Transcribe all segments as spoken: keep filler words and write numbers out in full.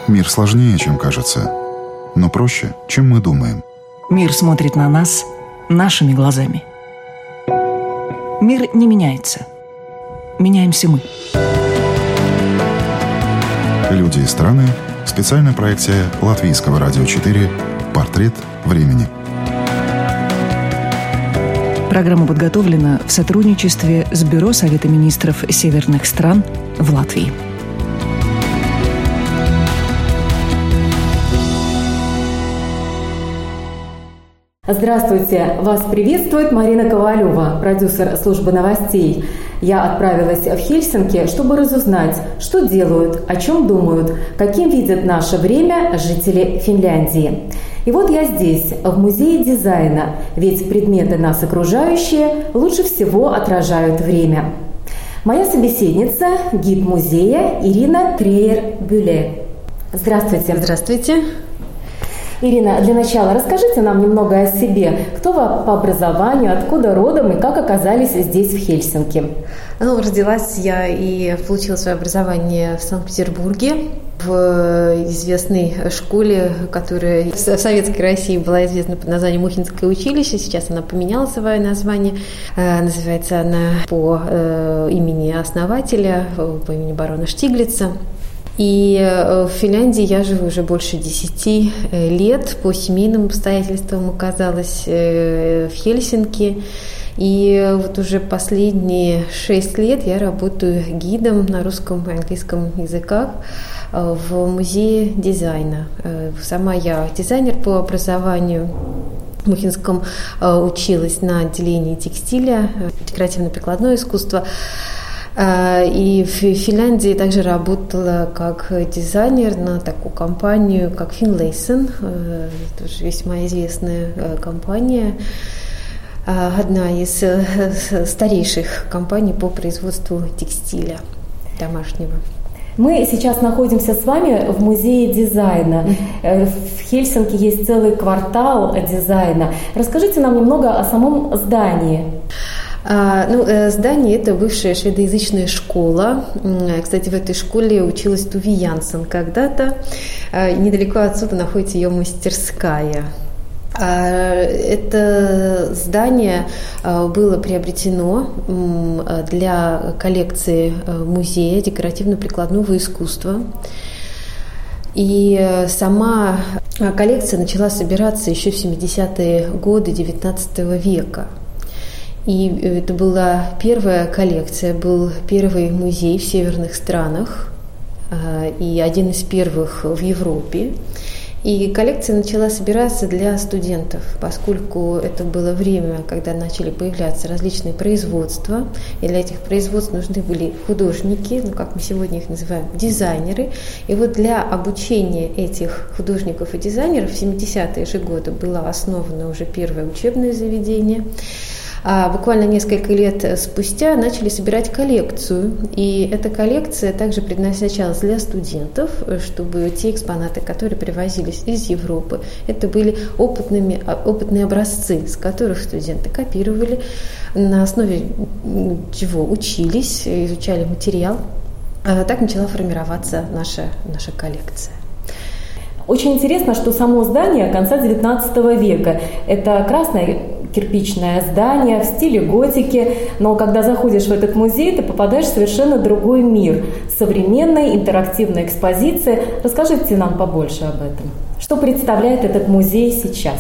Мир сложнее, чем кажется, но проще, чем мы думаем. Мир смотрит на нас нашими глазами. Мир не меняется. Меняемся мы. «Люди и страны» – специальная проекция Латвийского радио четыре «Портрет времени». Программа подготовлена в сотрудничестве с Бюро Совета министров северных стран в Латвии. Здравствуйте! Вас приветствует Марина Ковалева, продюсер службы новостей. Я отправилась в Хельсинки, чтобы разузнать, что делают, о чем думают, каким видят наше время жители Финляндии. И вот я здесь, в музее дизайна, ведь предметы нас окружающие лучше всего отражают время. Моя собеседница – гид музея Ирина Креер-Бюле. Здравствуйте. Здравствуйте. Ирина, для начала расскажите нам немного о себе. Кто вы по образованию, откуда родом и как оказались здесь, в Хельсинки? Ну, родилась я и получила свое образование в Санкт-Петербурге, в известной школе, которая в Советской России была известна под названием Мухинское училище. Сейчас она поменяла свое название. Называется она по имени основателя, по имени барона Штиглица. И в Финляндии я живу уже больше десяти лет. По семейным обстоятельствам оказалась в Хельсинки. И вот уже последние шесть лет я работаю гидом на русском и английском языках в музее дизайна. Сама я дизайнер по образованию. В Мухинском училась на отделении текстиля, декоративно-прикладное искусство. И в Финляндии также работала как дизайнер на такую компанию, как Finlayson, тоже весьма известная компания, одна из старейших компаний по производству текстиля домашнего. Мы сейчас находимся с вами в музее дизайна. В Хельсинки есть целый квартал дизайна. Расскажите нам немного о самом здании. Ну, здание – это бывшая шведоязычная школа. Кстати, в этой школе училась Туви Янсен когда-то. Недалеко отсюда находится ее мастерская. Это здание было приобретено для коллекции музея декоративно-прикладного искусства. И сама коллекция начала собираться еще в семидесятые годы девятнадцатого века. И это была первая коллекция, был первый музей в северных странах и один из первых в Европе. И коллекция начала собираться для студентов, поскольку это было время, когда начали появляться различные производства, и для этих производств нужны были художники, ну, как мы сегодня их называем, дизайнеры. И вот для обучения этих художников и дизайнеров в семидесятые же годы было основано уже первое учебное заведение. А буквально несколько лет спустя начали собирать коллекцию. И эта коллекция также предназначалась для студентов, чтобы те экспонаты, которые привозились из Европы, это были опытными, опытные образцы, с которых студенты копировали, на основе чего учились, изучали материал. Так начала формироваться наша, наша коллекция. Очень интересно, что само здание конца девятнадцатого века. Это красное кирпичное здание в стиле готики, но когда заходишь в этот музей, ты попадаешь в совершенно другой мир, современной интерактивной экспозиции. Расскажите нам побольше об этом. Что представляет этот музей сейчас?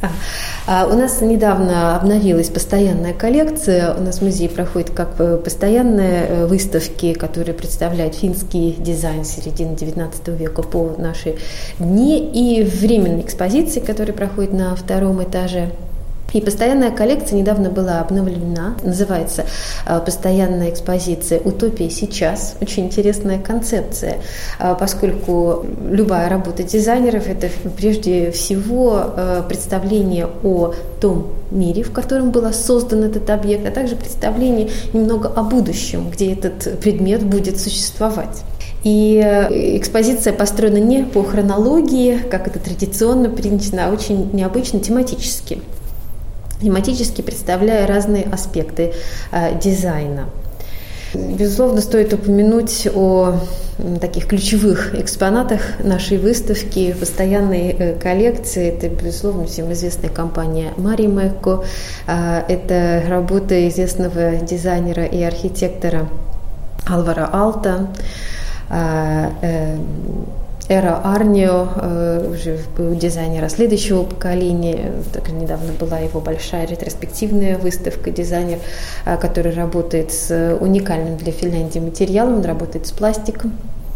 А, у нас недавно обновилась постоянная коллекция. У нас в музее проходят как постоянные выставки, которые представляют финский дизайн середины девятнадцатого века по наши дни, и временные экспозиции, которые проходят на втором этаже. И постоянная коллекция недавно была обновлена, называется постоянная экспозиция «Утопия сейчас». Очень интересная концепция, поскольку любая работа дизайнеров – это прежде всего представление о том мире, в котором был создан этот объект, а также представление немного о будущем, где этот предмет будет существовать. И экспозиция построена не по хронологии, как это традиционно принято, а очень необычно тематически. Тематически представляя разные аспекты э, дизайна. Безусловно, стоит упомянуть о таких ключевых экспонатах нашей выставки, постоянной коллекции. Это, безусловно, всем известная компания Marimekko. Это работа известного дизайнера и архитектора Алвара Алта. Эра Арнио, уже дизайнера следующего поколения. Также недавно была его большая ретроспективная выставка. Дизайнер, который работает с уникальным для Финляндии материалом, он работает с пластиком.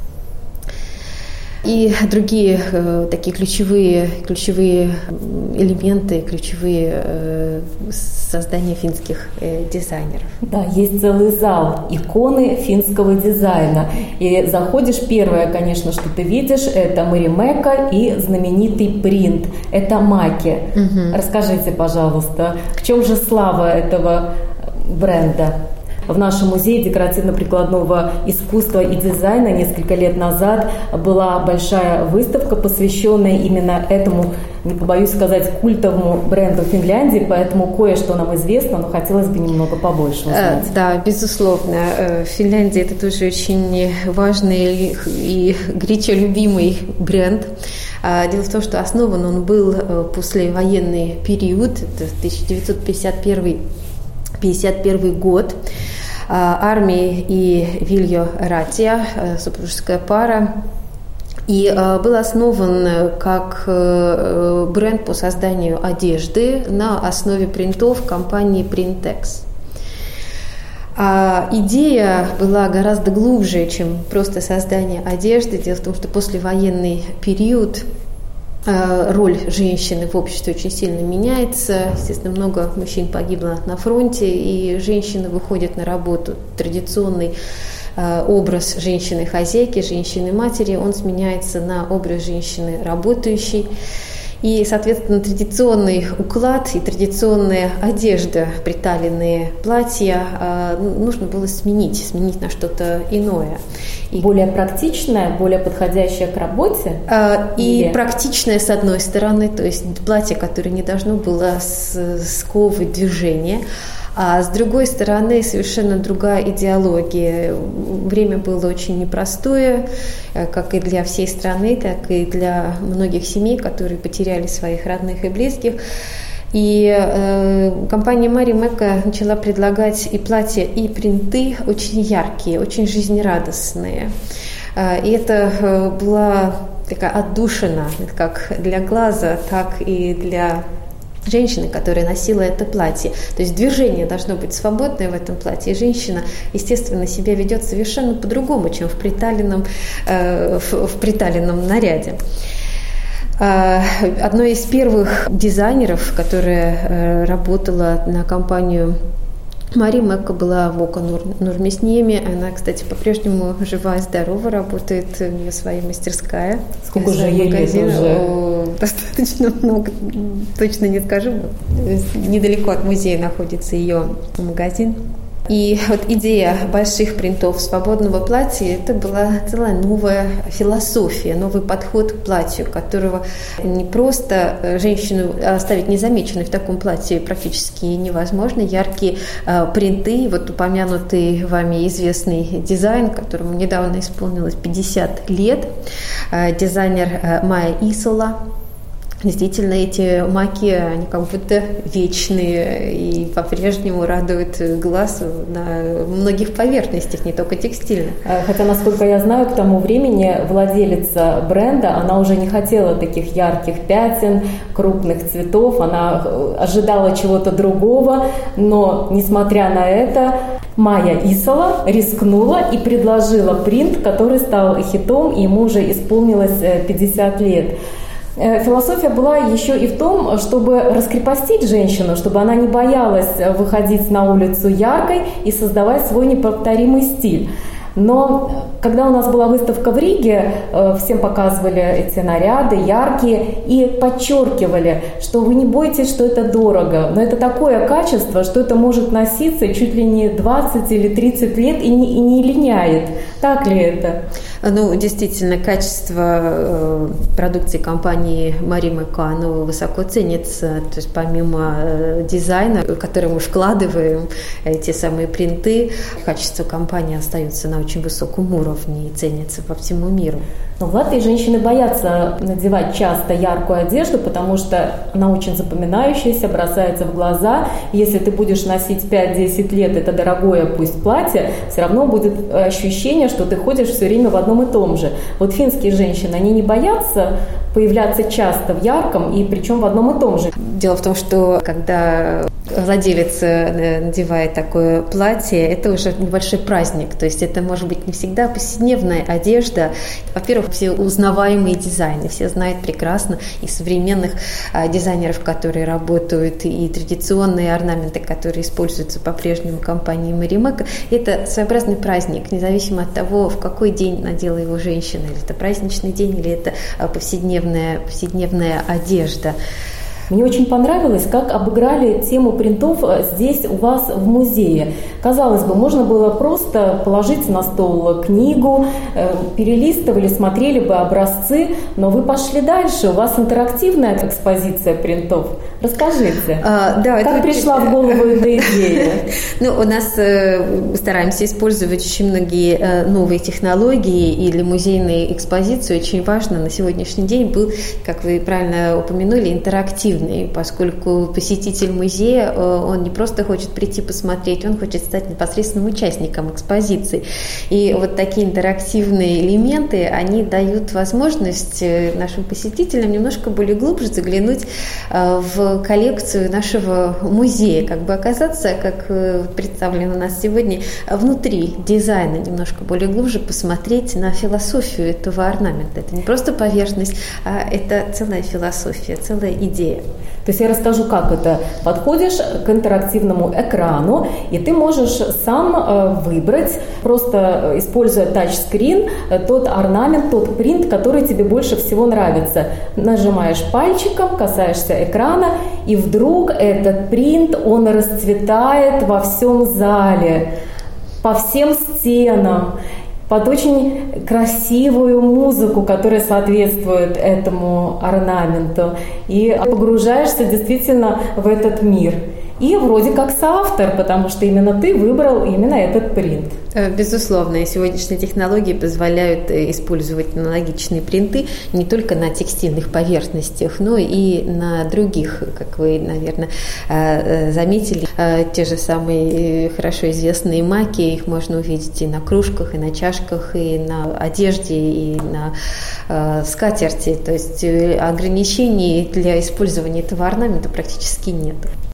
И другие э, такие ключевые, ключевые элементы, ключевые э, создания финских э, дизайнеров. Да, есть целый зал иконы финского дизайна. И заходишь, первое, конечно, что ты видишь, это Marimekko и знаменитый принт. Это маки. Угу. Расскажите, пожалуйста, в чем же слава этого бренда? В нашем музее декоративно-прикладного искусства и дизайна несколько лет назад была большая выставка, посвященная именно этому, не побоюсь сказать, культовому бренду Финляндии, поэтому кое-что нам известно, но хотелось бы немного побольше узнать. Да, безусловно. Финляндия – это тоже очень важный и горячо любимый бренд. Дело в том, что основан он был послевоенный период, это тысяча девятьсот пятьдесят первый год. Арми и Вильо Ратия, супружеская пара, и был основан как бренд по созданию одежды на основе принтов компании Printex. А идея была гораздо глубже, чем просто создание одежды. Дело в том, что послевоенный период роль женщины в обществе очень сильно меняется. Естественно, много мужчин погибло на фронте, и женщины выходят на работу. Традиционный образ женщины-хозяйки, женщины-матери, он сменяется на образ женщины работающей. И, соответственно, традиционный уклад и традиционная одежда, приталенные платья, нужно было сменить, сменить на что-то иное. И более практичное, более подходящее к работе? И Или... практичное, с одной стороны, то есть платье, которое не должно было сковывать движение, а с другой стороны, совершенно другая идеология. Время было очень непростое, как и для всей страны, так и для многих семей, которые потеряли своих родных и близких. И э, компания Marimekko начала предлагать и платья, и принты очень яркие, очень жизнерадостные. Э, и это э, была такая отдушина, как для глаза, так и для женщины, которая носила это платье. То есть движение должно быть свободное в этом платье. И женщина, естественно, себя ведет совершенно по-другому, чем в приталенном, э, в, в приталенном наряде. Одной из первых дизайнеров, которая работала на компанию Marimekko, была Вока Нурмисниеми. Она, кстати, по-прежнему жива и здорова, работает, у нее своя мастерская. Сколько же ей лет уже? Достаточно много, точно не скажу. Недалеко от музея находится ее магазин. И вот идея больших принтов свободного платья – это была целая новая философия, новый подход к платью, которого не просто женщину оставить незамеченной в таком платье практически невозможно. Яркие э, принты, вот упомянутый вами известный дизайн, которому недавно исполнилось пятьдесят лет, э, дизайнер э, Майя Исола. Действительно, эти маки, они как будто вечные и по-прежнему радуют глаз на многих поверхностях, не только текстильных. Хотя, насколько я знаю, к тому времени владелица бренда, она уже не хотела таких ярких пятен, крупных цветов, она ожидала чего-то другого, но, несмотря на это, Майя Исола рискнула и предложила принт, который стал хитом, и ему уже исполнилось пятьдесят лет. Философия была еще и в том, чтобы раскрепостить женщину, чтобы она не боялась выходить на улицу яркой и создавать свой неповторимый стиль. Но когда у нас была выставка в Риге, всем показывали эти наряды яркие и подчеркивали, что вы не бойтесь, что это дорого, но это такое качество, что это может носиться чуть ли не двадцать или тридцать лет и не, и не линяет. Так ли это? Ну, действительно, качество продукции компании Marimekko, оно высоко ценится. То есть помимо дизайна, в который мы вкладываем те самые принты, качество компании остается на очень высоком уровне и ценится по всему миру. Но в Латвии женщины боятся надевать часто яркую одежду, потому что она очень запоминающаяся, бросается в глаза. Если ты будешь носить пять-десять лет это дорогое пусть платье, все равно будет ощущение, что ты ходишь все время в одном и том же. Вот финские женщины, они не боятся появляться часто в ярком и причем в одном и том же. Дело в том, что когда владелец надевает такое платье, это уже небольшой праздник. То есть это может быть не всегда повседневная одежда. Во-первых, все узнаваемые дизайны. Все знают прекрасно и современных дизайнеров, которые работают, и традиционные орнаменты, которые используются по-прежнему компанией Marimekko. Это своеобразный праздник, независимо от того, в какой день надела его женщина. Или это праздничный день, или это повседневная, повседневная одежда. Мне очень понравилось, как обыграли тему принтов здесь у вас в музее. Казалось бы, можно было просто положить на стол книгу, перелистывали, смотрели бы образцы, но вы пошли дальше. У вас интерактивная экспозиция принтов. Расскажите, а, да, как пришла в голову эта идея? Ну, у нас мы стараемся использовать очень многие новые технологии, и для музейной экспозиции очень важно на сегодняшний день был, как вы правильно упомянули, интерактивный. Поскольку посетитель музея, он не просто хочет прийти посмотреть, он хочет стать непосредственным участником экспозиции. И вот такие интерактивные элементы, они дают возможность нашим посетителям немножко более глубже заглянуть в коллекцию нашего музея, как бы оказаться, как представлено у нас сегодня, внутри дизайна, немножко более глубже посмотреть на философию этого орнамента. Это не просто поверхность, а это целая философия, целая идея. То есть я расскажу, как это. Подходишь к интерактивному экрану, и ты можешь сам выбрать, просто используя тачскрин, тот орнамент, тот принт, который тебе больше всего нравится. Нажимаешь пальчиком, касаешься экрана, и вдруг этот принт, он расцветает во всем зале, по всем стенам, под очень красивую музыку, которая соответствует этому орнаменту. И погружаешься действительно в этот мир. И вроде как соавтор, потому что именно ты выбрал именно этот принт. Безусловно, сегодняшние технологии позволяют использовать аналогичные принты не только на текстильных поверхностях, но и на других, как вы, наверное, заметили. Те же самые хорошо известные маки, их можно увидеть и на кружках, и на чашках, и на одежде, и на скатерти. То есть ограничений для использования этого орнамента практически нет.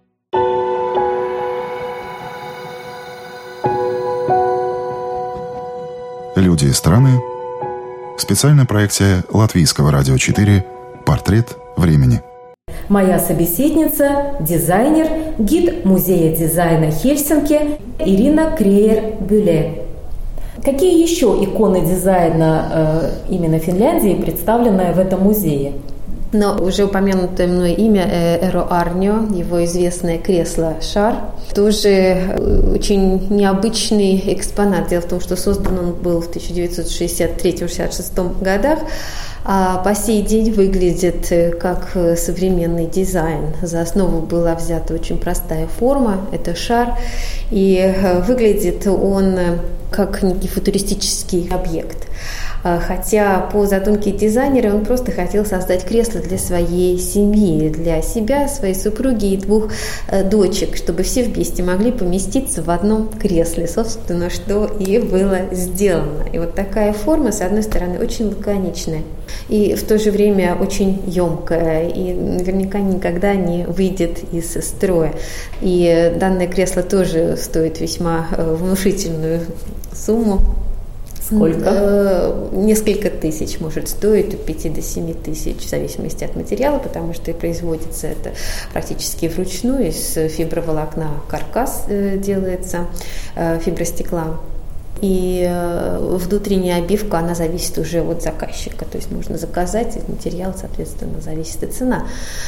«Люди и страны». Специальная проекция Латвийского радио четыре «Портрет времени». Моя собеседница – дизайнер, гид Музея дизайна Хельсинки Ирина Креер-Бюле. Какие еще иконы дизайна э, именно Финляндии представлены в этом музее? Но уже упомянутое мной имя Эро Арнио, его известное кресло-шар, тоже очень необычный экспонат. Дело в том, что создан он был в тысяча девятьсот шестьдесят третьем — шестьдесят шестом годах, а по сей день выглядит как современный дизайн. За основу была взята очень простая форма, это шар, и выглядит он как некий футуристический объект. Хотя по задумке дизайнера он просто хотел создать кресло для своей семьи, для себя, своей супруги и двух дочек, чтобы все вместе могли поместиться в одном кресле. Собственно, что и было сделано. И вот такая форма, с одной стороны, очень лаконичная и в то же время очень емкая, и наверняка никогда не выйдет из строя. И данное кресло тоже стоит весьма внушительную сумму. Сколько? Несколько тысяч может стоить, от пяти до семи тысяч, в зависимости от материала, потому что и производится это практически вручную, из фиброволокна каркас делается, фибростекла. и внутренняя обивка, она зависит уже от заказчика, то есть можно заказать материал, соответственно, зависит и цена.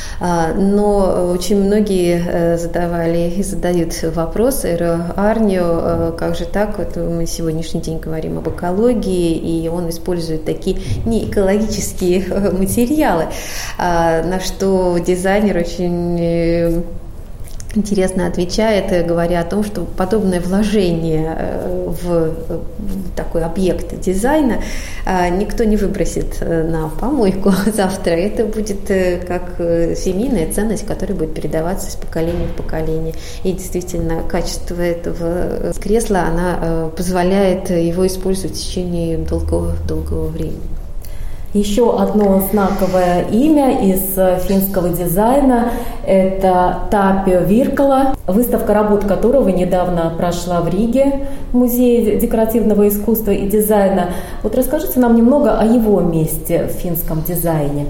Но очень многие задавали и задают вопрос Арнио, как же так, вот мы сегодняшний день говорим об экологии, и он использует такие неэкологические материалы, на что дизайнер очень интересно отвечает, говоря о том, что подобное вложение в такой объект дизайна никто не выбросит на помойку завтра. Это будет как семейная ценность, которая будет передаваться из поколения в поколение. И действительно, качество этого кресла, она позволяет его использовать в течение долгого, долгого времени. Еще одно знаковое имя из финского дизайна – это Тапио Виркала, выставка работ которого недавно прошла в Риге, в Музее декоративного искусства и дизайна. Вот расскажите нам немного о его месте в финском дизайне.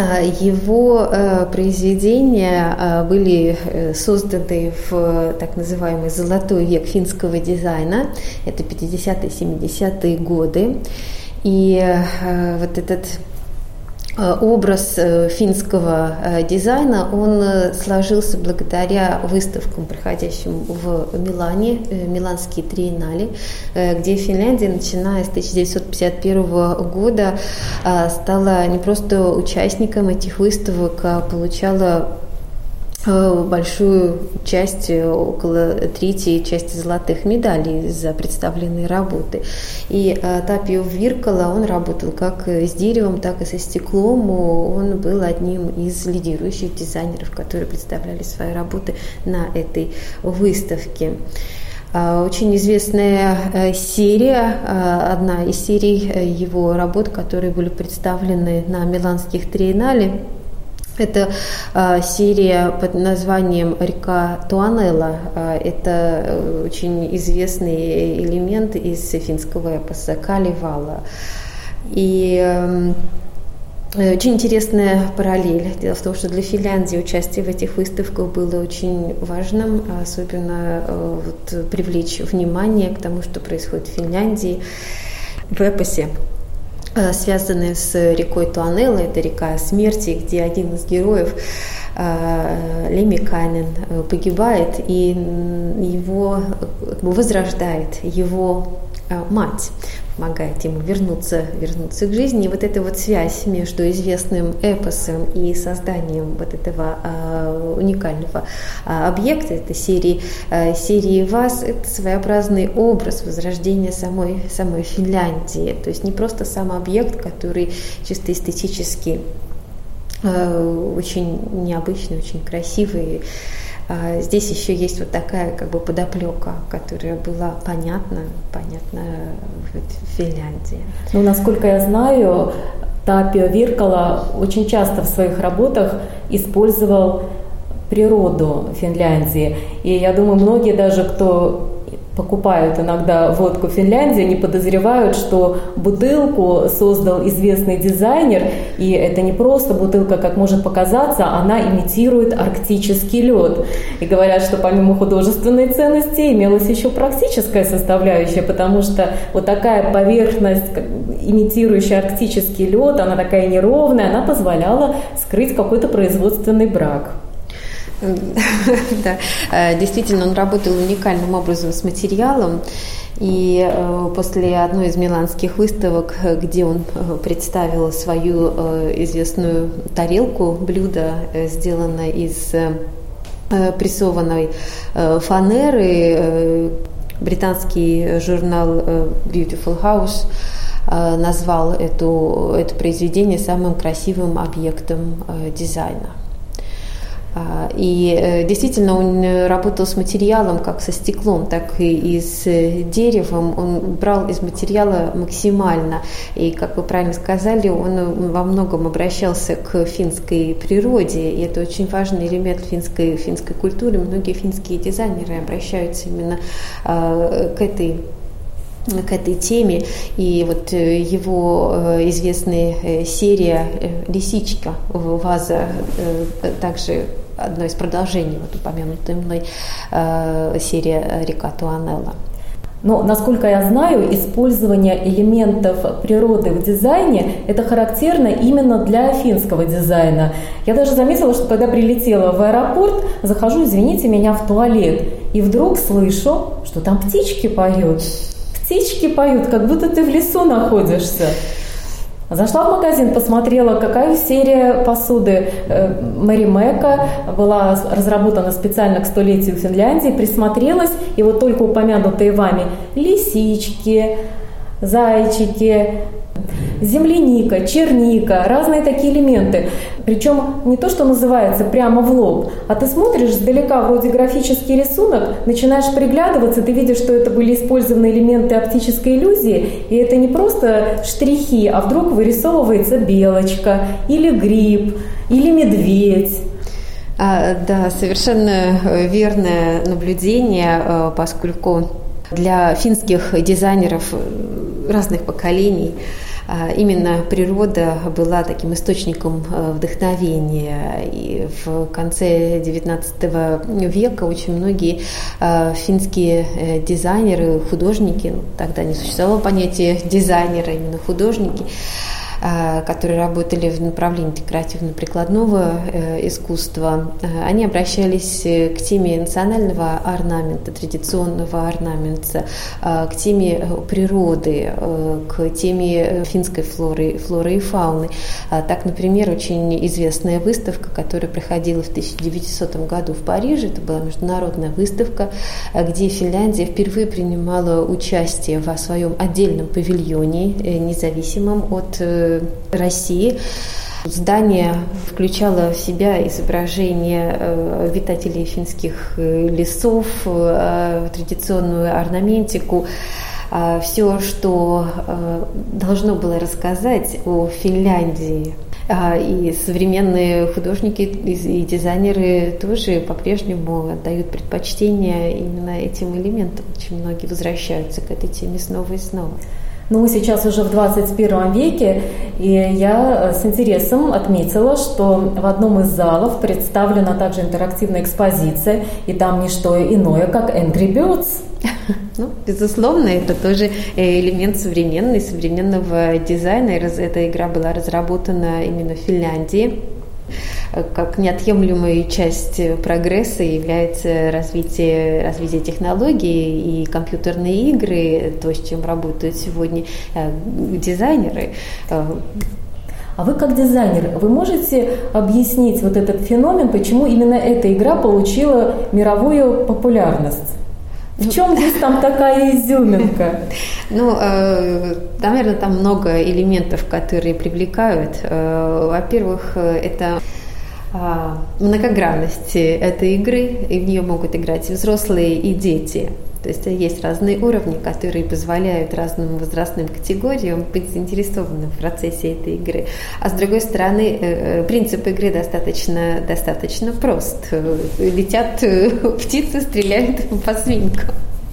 Его произведения были созданы в так называемый «золотой век финского дизайна». Это пятидесятые, семидесятые годы. И э, вот этот э, образ э, финского э, дизайна, он э, сложился благодаря выставкам, проходящим в Милане, э, Миланские триеннале, э, где Финляндия, начиная с тысяча девятьсот пятьдесят первого года, э, стала не просто участником этих выставок, а получала большую часть, около трети части золотых медалей за представленные работы. И Тапио Виркала, он работал как с деревом, так и со стеклом. Он был одним из лидирующих дизайнеров, которые представляли свои работы на этой выставке. Очень известная серия, одна из серий его работ, которые были представлены на Миланских триеннале, это э, серия под названием «Река Туонела». Э, это очень известный элемент из финского эпоса Калевала. И э, очень интересная параллель. Дело в том, что для Финляндии участие в этих выставках было очень важным, особенно э, вот, привлечь внимание к тому, что происходит в Финляндии. В эпосе, связанные с рекой Туонела, это река смерти, где один из героев, Лемиканен, погибает, и его возрождает его мать, помогает ему вернуться, вернуться к жизни. И вот эта вот связь между известным эпосом и созданием вот этого а, уникального а, объекта, это серии, а, серии ВАЗ, это своеобразный образ возрождения самой, самой Финляндии. То есть не просто сам объект, который чисто эстетически а, очень необычный, очень красивый. Здесь еще есть вот такая как бы подоплека, которая была понятна, понятна в Финляндии. Ну, насколько я знаю, Тапио Виркала очень часто в своих работах использовал природу Финляндии. И я думаю, многие даже, кто покупают иногда водку в Финляндии, не подозревают, что бутылку создал известный дизайнер, и это не просто бутылка, как может показаться, она имитирует арктический лед. И говорят, что помимо художественной ценности имелась еще практическая составляющая, потому что вот такая поверхность, имитирующая арктический лед, она такая неровная, она позволяла скрыть какой-то производственный брак. Да, действительно, он работал уникальным образом с материалом. И после одной из миланских выставок, где он представил свою известную тарелку, блюдо, сделанное из прессованной фанеры, британский журнал Beautiful House назвал эту, это произведение самым красивым объектом дизайна. И действительно он работал с материалом, как со стеклом, так и с деревом. Он брал из материала максимально. И, как вы правильно сказали, он во многом обращался к финской природе. И это очень важный элемент финской, финской культуры. Многие финские дизайнеры обращаются именно к этой к этой теме. И вот его известная серия «Лисичка» ваза, также одно из продолжений вот упомянутой мной серии «Река Туонела». Но, насколько я знаю, использование элементов природы в дизайне – это характерно именно для финского дизайна. Я даже заметила, что когда прилетела в аэропорт, захожу, извините меня, в туалет, и вдруг слышу, что там птички поют. Птички поют, как будто ты в лесу находишься. Зашла в магазин, посмотрела, какая серия посуды Мэримека была разработана специально к столетию Финляндии, присмотрелась, и вот только упомянутые вами лисички, зайчики, земляника, черника, разные такие элементы. Причем не то, что называется прямо в лоб, а ты смотришь издалека, вроде графический рисунок, начинаешь приглядываться, ты видишь, что это были использованы элементы оптической иллюзии, и это не просто штрихи, а вдруг вырисовывается белочка, или гриб, или медведь. А, да, совершенно верное наблюдение, поскольку для финских дизайнеров разных поколений именно природа была таким источником вдохновения. И в конце девятнадцатого века очень многие финские дизайнеры, художники, тогда не существовало понятия дизайнера, именно художники, которые работали в направлении декоративно-прикладного искусства, они обращались к теме национального орнамента, традиционного орнамента, к теме природы, к теме финской флоры, флоры и фауны. Так, например, очень известная выставка, которая проходила в тысяча девятисотом году в Париже, это была международная выставка, где Финляндия впервые принимала участие в своем отдельном павильоне, независимом от России. Здание включало в себя изображение обитателей финских лесов, традиционную орнаментику, все, что должно было рассказать о Финляндии. И современные художники и дизайнеры тоже по-прежнему отдают предпочтение именно этим элементам. Очень многие возвращаются к этой теме снова и снова. Ну, мы сейчас уже в двадцать первом веке, и я с интересом отметила, что в одном из залов представлена также интерактивная экспозиция, и там не что иное, как Angry Birds. Ну, безусловно, это тоже элемент современный, современного дизайна. Эта игра была разработана именно в Финляндии. Как неотъемлемая часть прогресса является развитие, развитие технологий и компьютерные игры, то, с чем работают сегодня дизайнеры. А вы как дизайнер, вы можете объяснить вот этот феномен, почему именно эта игра получила мировую популярность? В чем здесь там такая изюминка? Ну, наверное, там много элементов, которые привлекают. Во-первых, это многогранность этой игры, и в нее могут играть и взрослые, и дети. То есть есть разные уровни, которые позволяют разным возрастным категориям быть заинтересованным в процессе этой игры. А с другой стороны, принцип игры достаточно, достаточно прост. Летят птицы, стреляют по свинкам.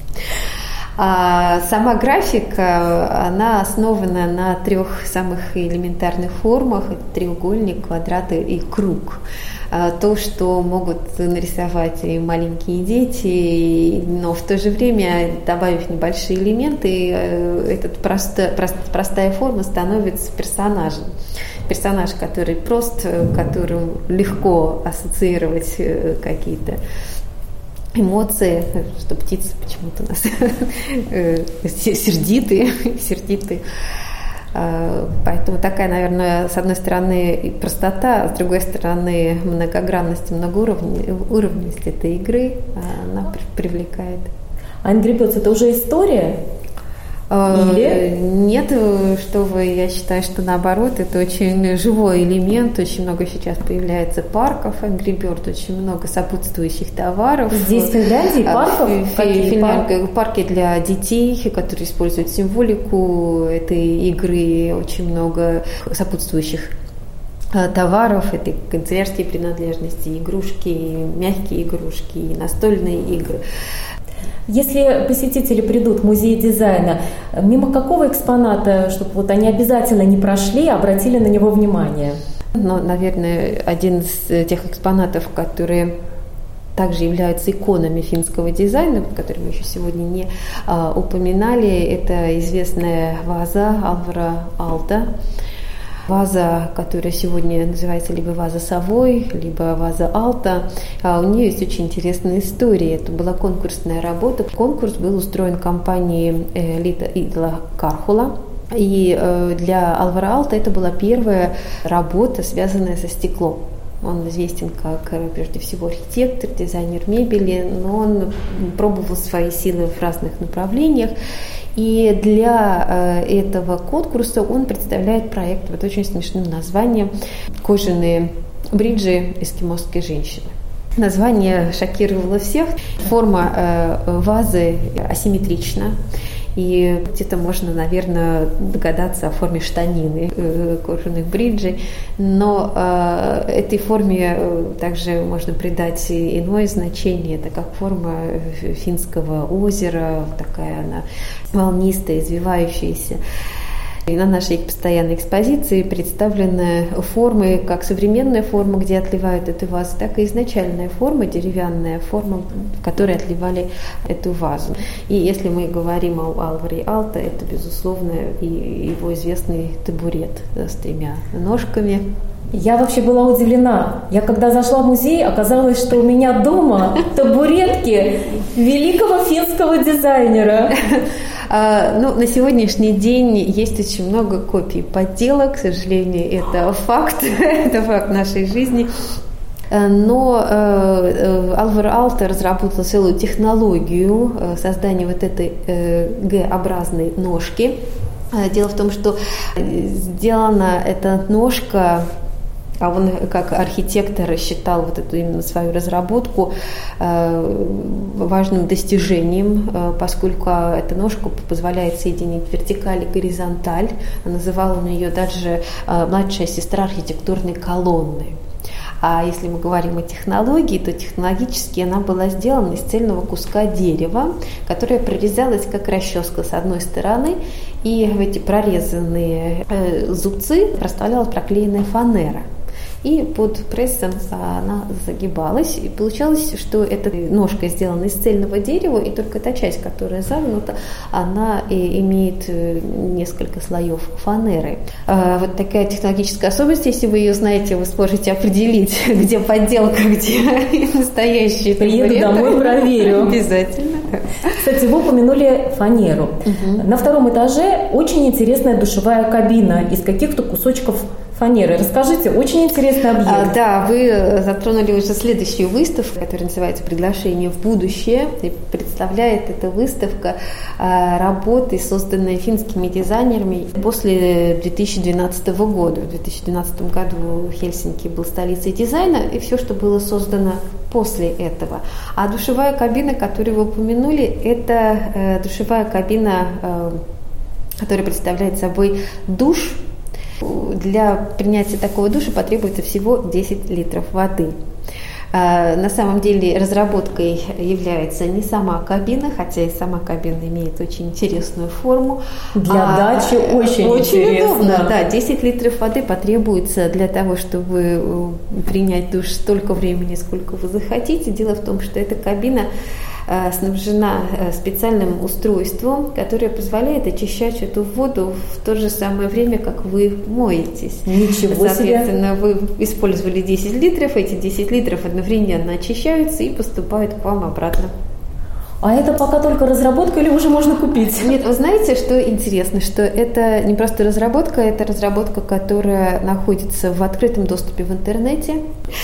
А сама графика, она основана на трех самых элементарных формах. Это треугольник, квадрат и круг. То, что могут нарисовать и маленькие дети, но в то же время, добавив небольшие элементы, эта просто, прост, простая форма становится персонажем. Персонаж, который прост, которым легко ассоциировать какие-то эмоции, что птицы почему-то у нас сердитые, сердитые. Поэтому такая, наверное, с одной стороны простота, а с другой стороны многогранность и многоуровневость этой игры, она привлекает. А Angry Birds – это уже история? Или? Нет, что вы, я считаю, что наоборот, это очень живой элемент, очень много сейчас появляется парков Angry Bird, очень много сопутствующих товаров. Здесь в Финляндии парков? Какие Финляндии? Парки для детей, которые используют символику этой игры, очень много сопутствующих товаров, это канцелярские принадлежности, игрушки, мягкие игрушки, настольные игры. Если посетители придут в музей дизайна, мимо какого экспоната, чтобы вот они обязательно не прошли, а обратили на него внимание? Ну, наверное, один из тех экспонатов, которые также являются иконами финского дизайна, которые мы еще сегодня не а, упоминали. Это известная ваза Алвара Алта. Ваза, которая сегодня называется либо ваза Совой, либо ваза Алта. А у нее есть очень интересная история. Это была конкурсная работа. Конкурс был устроен компанией Лита Идла Кархула. И для Алвара Алта это была первая работа, связанная со стеклом. Он известен как, прежде всего, архитектор, дизайнер мебели, но он пробовал свои силы в разных направлениях. И для этого конкурса он представляет проект под очень смешным названием «Кожаные бриджи эскимосской женщины». Название шокировало всех. Форма вазы асимметрична. И где-то можно, наверное, догадаться о форме штанины э, кожаных бриджей, но э, этой форме также можно придать иное значение. Это как форма финского озера, такая она волнистая, извивающаяся. И на нашей постоянной экспозиции представлены формы, как современная форма, где отливают эту вазу, так и изначальная форма, деревянная форма, в которой отливали эту вазу. И если мы говорим о Алваре Алта, это, безусловно, и его известный табурет с тремя ножками. Я вообще была удивлена. Я когда зашла в музей, оказалось, что у меня дома табуретки великого финского дизайнера. Ну, на сегодняшний день есть очень много копий подделок, к сожалению, это факт, это факт нашей жизни. Но Алвар Алта разработал целую технологию создания вот этой Г-образной ножки. Дело в том, что сделана эта ножка, а он как архитектор считал вот эту именно свою разработку э, важным достижением, э, поскольку эта ножка позволяет соединить вертикаль и горизонталь. Называл он ее даже э, младшая сестра архитектурной колонны. А если мы говорим о технологии, то технологически она была сделана из цельного куска дерева, которое прорезалось как расческа с одной стороны, и в эти прорезанные э, зубцы проставлялась проклеенная фанера. И под прессом она загибалась, и получалось, что эта ножка сделана из цельного дерева, и только та часть, которая загнута, она и имеет несколько слоев фанеры. Вот такая технологическая особенность, если вы ее знаете, вы сможете определить, где подделка, где настоящий. Приеду домой, проверю. Обязательно. Кстати, вы упомянули фанеру. Угу. На втором этаже очень интересная душевая кабина из каких-то кусочков фанеры. Расскажите, очень интересный объект. А, да, вы затронули уже следующую выставку, которая называется «Приглашение в будущее». И представляет эта выставка а, работы, созданные финскими дизайнерами после две тысячи двенадцатого года. В две тысячи двенадцатом году Хельсинки был столицей дизайна, и все, что было создано после этого. А душевая кабина, которую вы упомянули, это э, душевая кабина, э, которая представляет собой душ. Для принятия такого душа потребуется всего десять литров воды. На самом деле разработкой является не сама кабина, хотя и сама кабина имеет очень интересную форму. Для а, дачи очень, очень интересно. Удобно. Да, десять литров воды потребуется для того, чтобы принять душ столько времени, сколько вы захотите. Дело в том, что эта кабина снабжена специальным устройством, которое позволяет очищать эту воду в то же самое время, как вы моетесь. Ничего себе! Соответственно, вы использовали десять литров, эти десять литров одновременно очищаются и поступают к вам обратно. А это пока только разработка или уже можно купить? Нет, вы знаете, что интересно, что это не просто разработка, это разработка, которая находится в открытом доступе в интернете.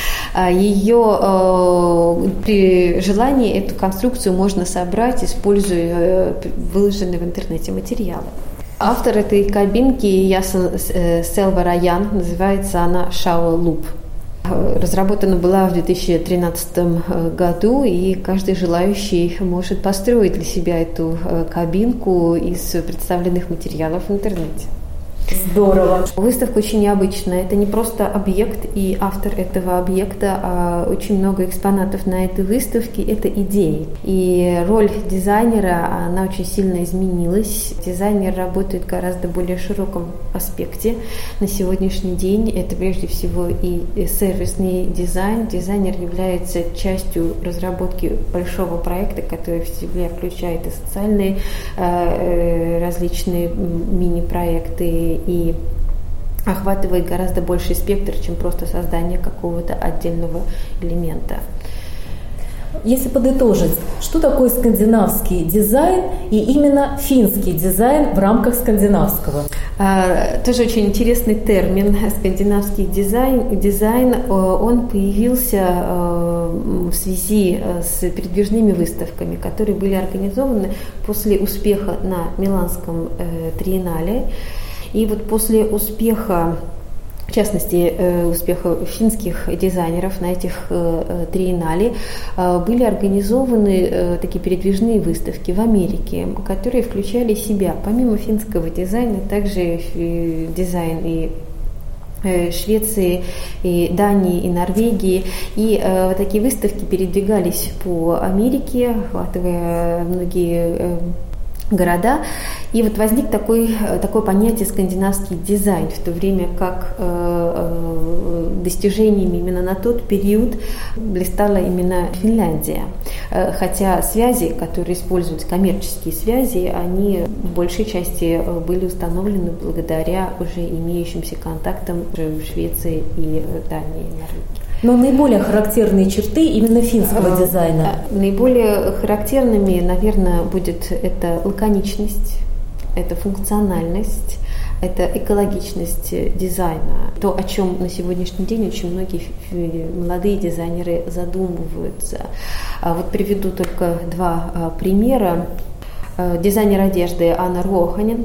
Ее э, при желании эту конструкцию можно собрать, используя э, выложенные в интернете материалы. Автор этой кабинки Ясен Селвараян, называется она Шао Луп. Разработана была в две тысячи тринадцатом году, и каждый желающий может построить для себя эту кабинку из представленных материалов в интернете. Здорово. Выставка очень необычная. Это не просто объект и автор этого объекта, а очень много экспонатов на этой выставке – это идеи. И роль дизайнера, она очень сильно изменилась. Дизайнер работает в гораздо более широком аспекте. На сегодняшний день это прежде всего и сервисный дизайн. Дизайнер является частью разработки большого проекта, который в себя включает и социальные э, различные мини-проекты, и охватывает гораздо больший спектр, чем просто создание какого-то отдельного элемента. Если подытожить, что такое скандинавский дизайн и именно финский дизайн в рамках скандинавского? А, тоже очень интересный термин скандинавский дизайн. Дизайн, он появился в связи с передвижными выставками, которые были организованы после успеха на Миланском триеннале. И вот после успеха, в частности, успеха финских дизайнеров на этих триеннале, были организованы такие передвижные выставки в Америке, которые включали в себя, помимо финского дизайна, также дизайн и Швеции, и Дании, и Норвегии. И э, вот такие выставки передвигались по Америке, охватывая многие э, города. И вот возник такой, такое понятие скандинавский дизайн, в то время как э, э, достижениями именно на тот период блистала именно Финляндия. Э, хотя связи, которые используются, коммерческие связи, они в большей части были установлены благодаря уже имеющимся контактам в Швеции и Дании и Норвегии. Но наиболее характерные черты именно финского дизайна? Наиболее характерными, наверное, будет это лаконичность, это функциональность, это экологичность дизайна. То, о чем на сегодняшний день очень многие молодые дизайнеры задумываются. Вот приведу только два примера. Дизайнер одежды Анна Руоханен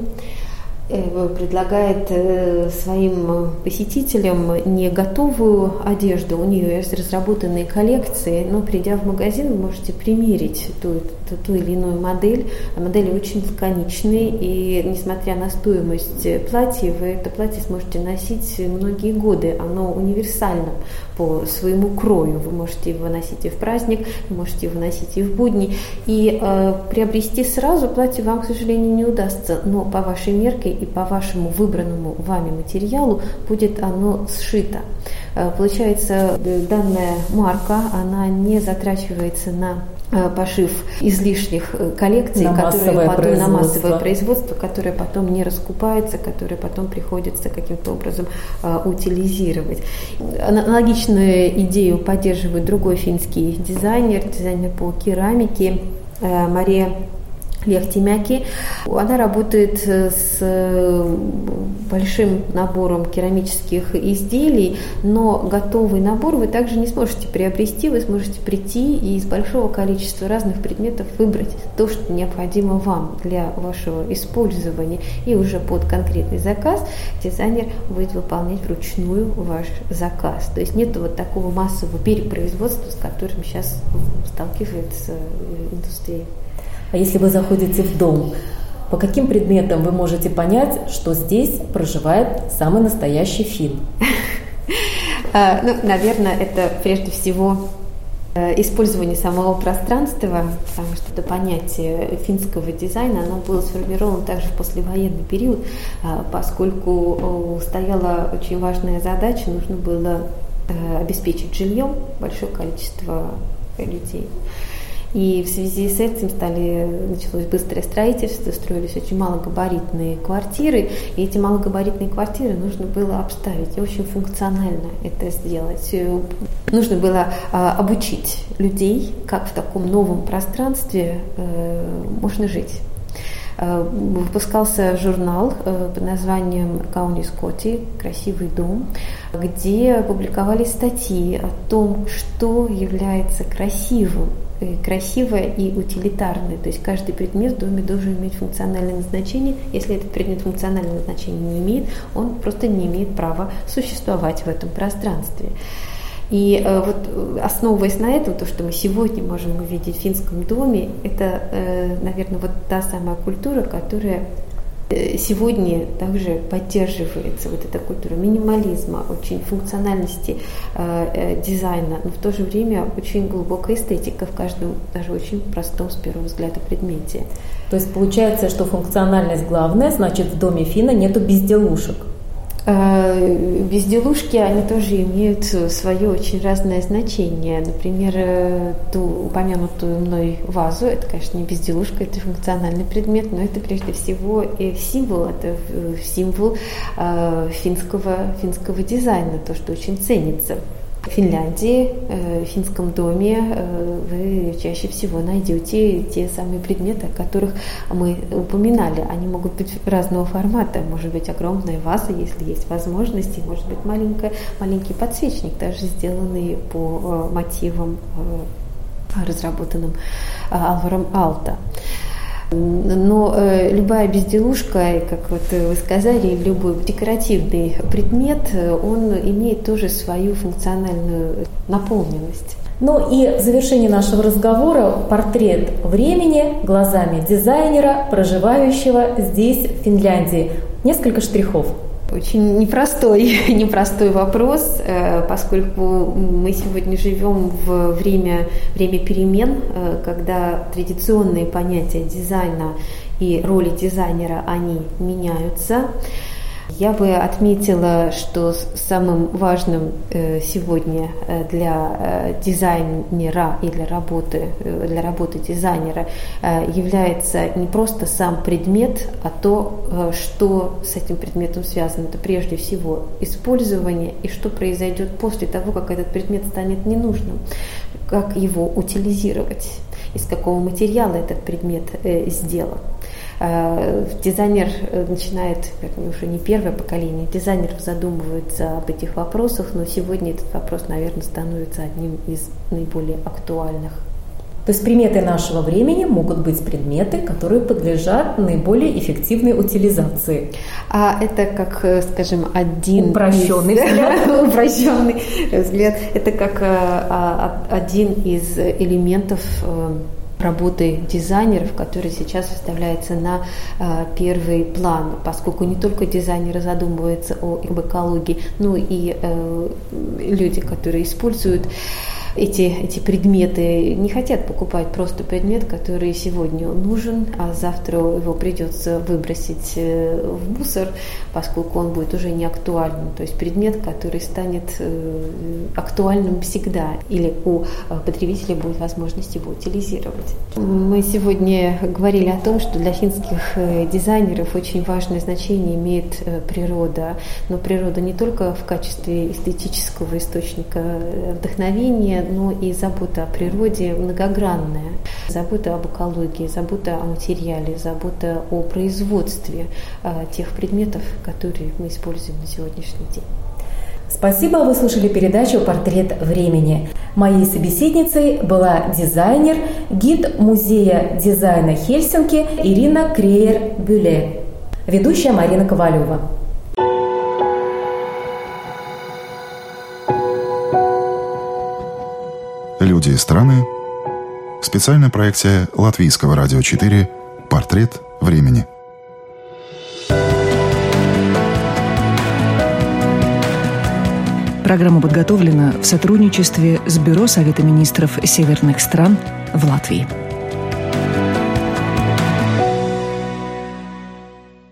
предлагает своим посетителям не готовую одежду, у нее есть разработанные коллекции, но придя в магазин, вы можете примерить ту, ту, ту или иную модель. Модели очень лаконичные, и несмотря на стоимость платья, вы это платье сможете носить многие годы. Оно универсально по своему крою. Вы можете его носить и в праздник, вы можете его носить и в будни. И э, приобрести сразу платье вам, к сожалению, не удастся, но по вашей мерке и по вашему выбранному вами материалу будет оно сшито. Получается, данная марка, она не затрачивается на пошив излишних коллекций, на которые потом на массовое производство, которые потом не раскупаются, которые потом приходится каким-то образом утилизировать. Аналогичную идею поддерживает другой финский дизайнер, дизайнер по керамике Мария Лехтимяки. Она работает с большим набором керамических изделий, но готовый набор вы также не сможете приобрести, вы сможете прийти и из большого количества разных предметов выбрать то, что необходимо вам для вашего использования. И уже под конкретный заказ дизайнер будет выполнять вручную ваш заказ. То есть нет вот такого массового перепроизводства, с которым сейчас сталкивается индустрия. А если вы заходите в дом, по каким предметам вы можете понять, что здесь проживает самый настоящий фин? Ну, наверное, это прежде всего использование самого пространства, потому что это понятие финского дизайна, оно было сформировано также в послевоенный период, поскольку стояла очень важная задача, нужно было обеспечить жильем большое количество людей. И в связи с этим стали, началось быстрое строительство, строились очень малогабаритные квартиры, и эти малогабаритные квартиры нужно было обставить, и очень функционально это сделать. Нужно было а, обучить людей, как в таком новом пространстве э, можно жить. Выпускался журнал под названием «Каунис-Коти» «Красивый дом», где публиковались статьи о том, что является красивым, красивое и утилитарное. То есть каждый предмет в доме должен иметь функциональное назначение. Если этот предмет функционального назначения не имеет, он просто не имеет права существовать в этом пространстве. И э, вот основываясь на этом, то, что мы сегодня можем увидеть в финском доме, это, э, наверное, вот та самая культура, которая Сегодня также поддерживается вот эта культура минимализма, очень функциональности э, дизайна, но в то же время очень глубокая эстетика в каждом, даже очень простом, с первого взгляда, предмете. То есть получается, что функциональность главная, значит, в доме Фина нету безделушек. Безделушки, они тоже имеют свое очень разное значение. Например, ту упомянутую мной вазу, это, конечно, не безделушка, это функциональный предмет, но это прежде всего и символ, это символ финского, финского дизайна, то, что очень ценится. В Финляндии, в финском доме вы чаще всего найдете те самые предметы, о которых мы упоминали. Они могут быть разного формата, может быть огромная ваза, если есть возможности, может быть маленькая, маленький подсвечник, даже сделанный по мотивам, разработанным Алваром Алта. Но э, любая безделушка, как вот вы сказали, любой декоративный предмет, он имеет тоже свою функциональную наполненность. Ну и в завершении нашего разговора портрет времени глазами дизайнера, проживающего здесь, в Финляндии. Несколько штрихов. Очень непростой, непростой вопрос, поскольку мы сегодня живем в время, время перемен, когда традиционные понятия дизайна и роли дизайнера, они меняются. Я бы отметила, что самым важным сегодня для дизайнера и для работы, для работы дизайнера является не просто сам предмет, а то, что с этим предметом связано. Это прежде всего использование и что произойдет после того, как этот предмет станет ненужным, как его утилизировать, из какого материала этот предмет сделан. Дизайнер начинает, вернее, уже не первое поколение дизайнеров задумывается об этих вопросах, но сегодня этот вопрос, наверное, становится одним из наиболее актуальных. То есть приметы нашего времени могут быть предметы, которые подлежат наиболее эффективной утилизации. А это, как, скажем, один упрощенный из... взгляд. упрощенный взгляд. Это как один из элементов работы дизайнеров, который сейчас выставляется на э, первый план, поскольку не только дизайнеры задумываются о, об экологии, но и э, люди, которые используют эти, эти предметы, не хотят покупать просто предмет, который сегодня нужен, а завтра его придется выбросить в мусор, поскольку он будет уже не актуальным. То есть предмет, который станет актуальным всегда, или у потребителя будет возможность его утилизировать. Мы сегодня говорили о том, что для финских дизайнеров очень важное значение имеет природа, но природа не только в качестве эстетического источника вдохновения, но и забота о природе многогранная. Забота об экологии, забота о материале, забота о производстве э, тех предметов, которые мы используем на сегодняшний день. Спасибо, вы слушали передачу «Портрет времени». Моей собеседницей была дизайнер, гид Музея дизайна Хельсинки Ирина Креер-Бюле, ведущая Марина Ковалева. «Люди и страны». Специальная проекция Латвийского радио четыре «Портрет времени». Программа подготовлена в сотрудничестве с Бюро Совета министров северных стран в Латвии.